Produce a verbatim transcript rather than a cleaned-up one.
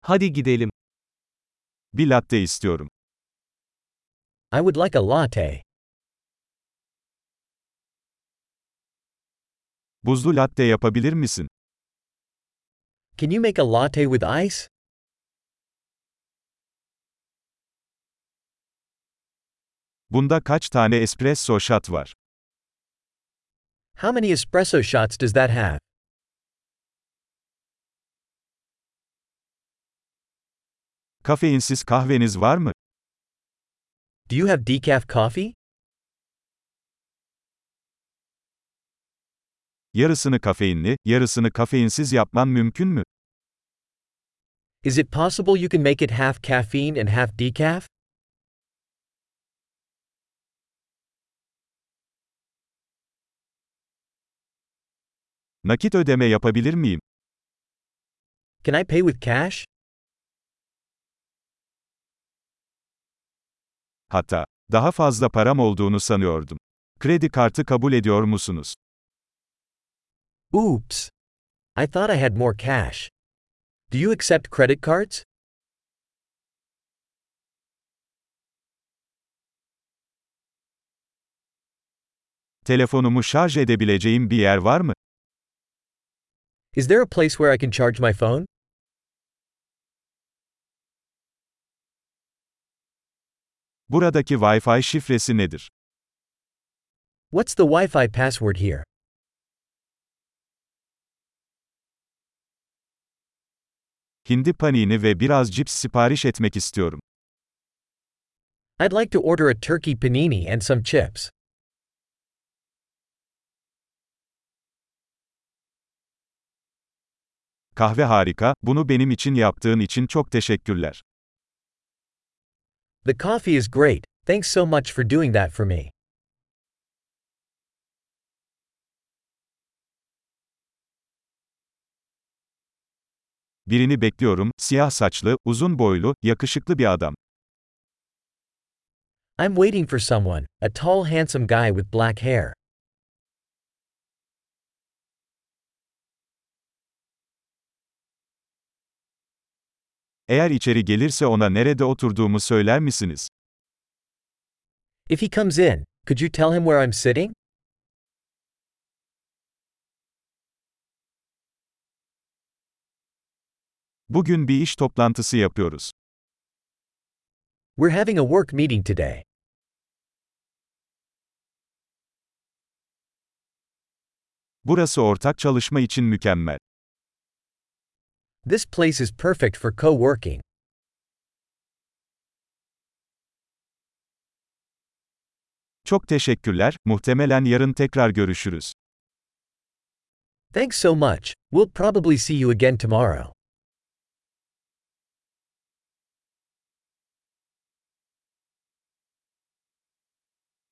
Hadi gidelim. Bir latte istiyorum. I would like a latte. Buzlu latte yapabilir misin? Can you make a latte with ice? Bunda kaç tane espresso shot var? How many espresso shots does that have? Kafeinsiz kahveniz var mı? Do you have decaf coffee? Yarısını kafeinli, yarısını kafeinsiz yapman mümkün mü? Is it possible you can make it half caffeine and half decaf? Nakit ödeme yapabilir miyim? Can I pay with cash? Hatta, daha fazla param olduğunu sanıyordum. Kredi kartı kabul ediyor musunuz? Oops. I thought I had more cash. Do you accept credit cards? Telefonumu şarj edebileceğim bir yer var mı? Is there a place where I can charge my phone? Buradaki Wi-Fi şifresi nedir? What's the Wi-Fi password here? Hindi panini ve biraz cips sipariş etmek istiyorum. I'd like to order a turkey panini and some chips. Kahve harika, bunu benim için yaptığın için çok teşekkürler. The coffee is great, thanks so much for doing that for me. Birini bekliyorum, siyah saçlı, uzun boylu, yakışıklı bir adam. I'm waiting for someone, a tall handsome guy with black hair. Eğer içeri gelirse ona nerede oturduğumu söyler misiniz? If he comes in, could you tell him where I'm sitting? Bugün bir iş toplantısı yapıyoruz. We're having a work meeting today. Burası ortak çalışma için mükemmel. This place is perfect for co-working. Çok teşekkürler, muhtemelen yarın tekrar görüşürüz. Thanks so much. We'll probably see you again tomorrow.